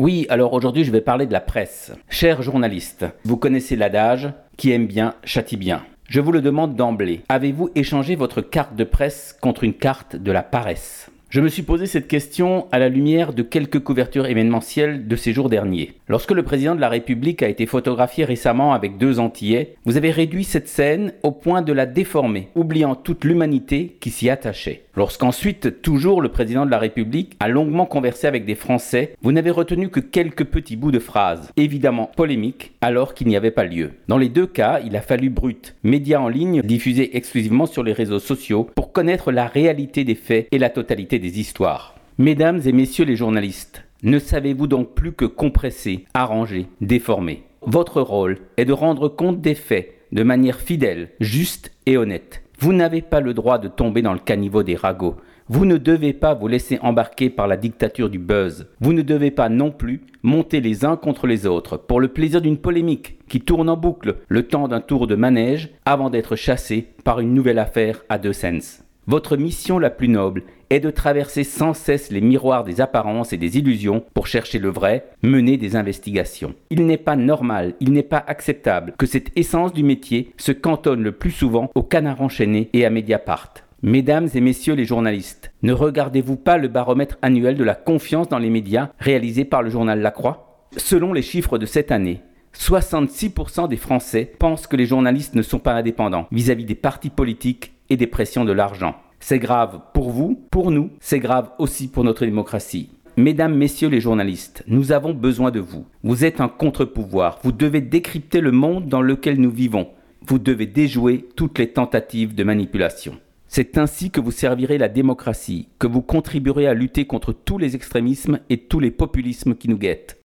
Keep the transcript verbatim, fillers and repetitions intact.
Oui, alors aujourd'hui je vais parler de la presse. Chers journalistes, vous connaissez l'adage « qui aime bien, châtie bien ». Je vous le demande d'emblée, avez-vous échangé votre carte de presse contre une carte de la paresse ? Je me suis posé cette question à la lumière de quelques couvertures événementielles de ces jours derniers. Lorsque le président de la République a été photographié récemment avec deux Antillais, vous avez réduit cette scène au point de la déformer, oubliant toute l'humanité qui s'y attachait. Lorsqu'ensuite, toujours le président de la République a longuement conversé avec des Français, vous n'avez retenu que quelques petits bouts de phrases, évidemment polémiques, alors qu'il n'y avait pas lieu. Dans les deux cas, il a fallu Brut, média en ligne diffusé exclusivement sur les réseaux sociaux, pour connaître la réalité des faits et la totalité des histoires. Mesdames et messieurs les journalistes, ne savez-vous donc plus que compresser, arranger, déformer ? Votre rôle est de rendre compte des faits de manière fidèle, juste et honnête. Vous n'avez pas le droit de tomber dans le caniveau des ragots. Vous ne devez pas vous laisser embarquer par la dictature du buzz. Vous ne devez pas non plus monter les uns contre les autres pour le plaisir d'une polémique qui tourne en boucle le temps d'un tour de manège avant d'être chassé par une nouvelle affaire à deux cents. Votre mission la plus noble est de traverser sans cesse les miroirs des apparences et des illusions pour chercher le vrai, mener des investigations. Il n'est pas normal, il n'est pas acceptable que cette essence du métier se cantonne le plus souvent au Canard enchaîné et à Mediapart. Mesdames et messieurs les journalistes, ne regardez-vous pas le baromètre annuel de la confiance dans les médias réalisé par le journal La Croix ? Selon les chiffres de cette année, soixante-six pour cent des Français pensent que les journalistes ne sont pas indépendants vis-à-vis des partis politiques et des pressions de l'argent. C'est grave pour vous, pour nous, c'est grave aussi pour notre démocratie. Mesdames, messieurs les journalistes, nous avons besoin de vous. Vous êtes un contre-pouvoir. Vous devez décrypter le monde dans lequel nous vivons. Vous devez déjouer toutes les tentatives de manipulation. C'est ainsi que vous servirez la démocratie, que vous contribuerez à lutter contre tous les extrémismes et tous les populismes qui nous guettent.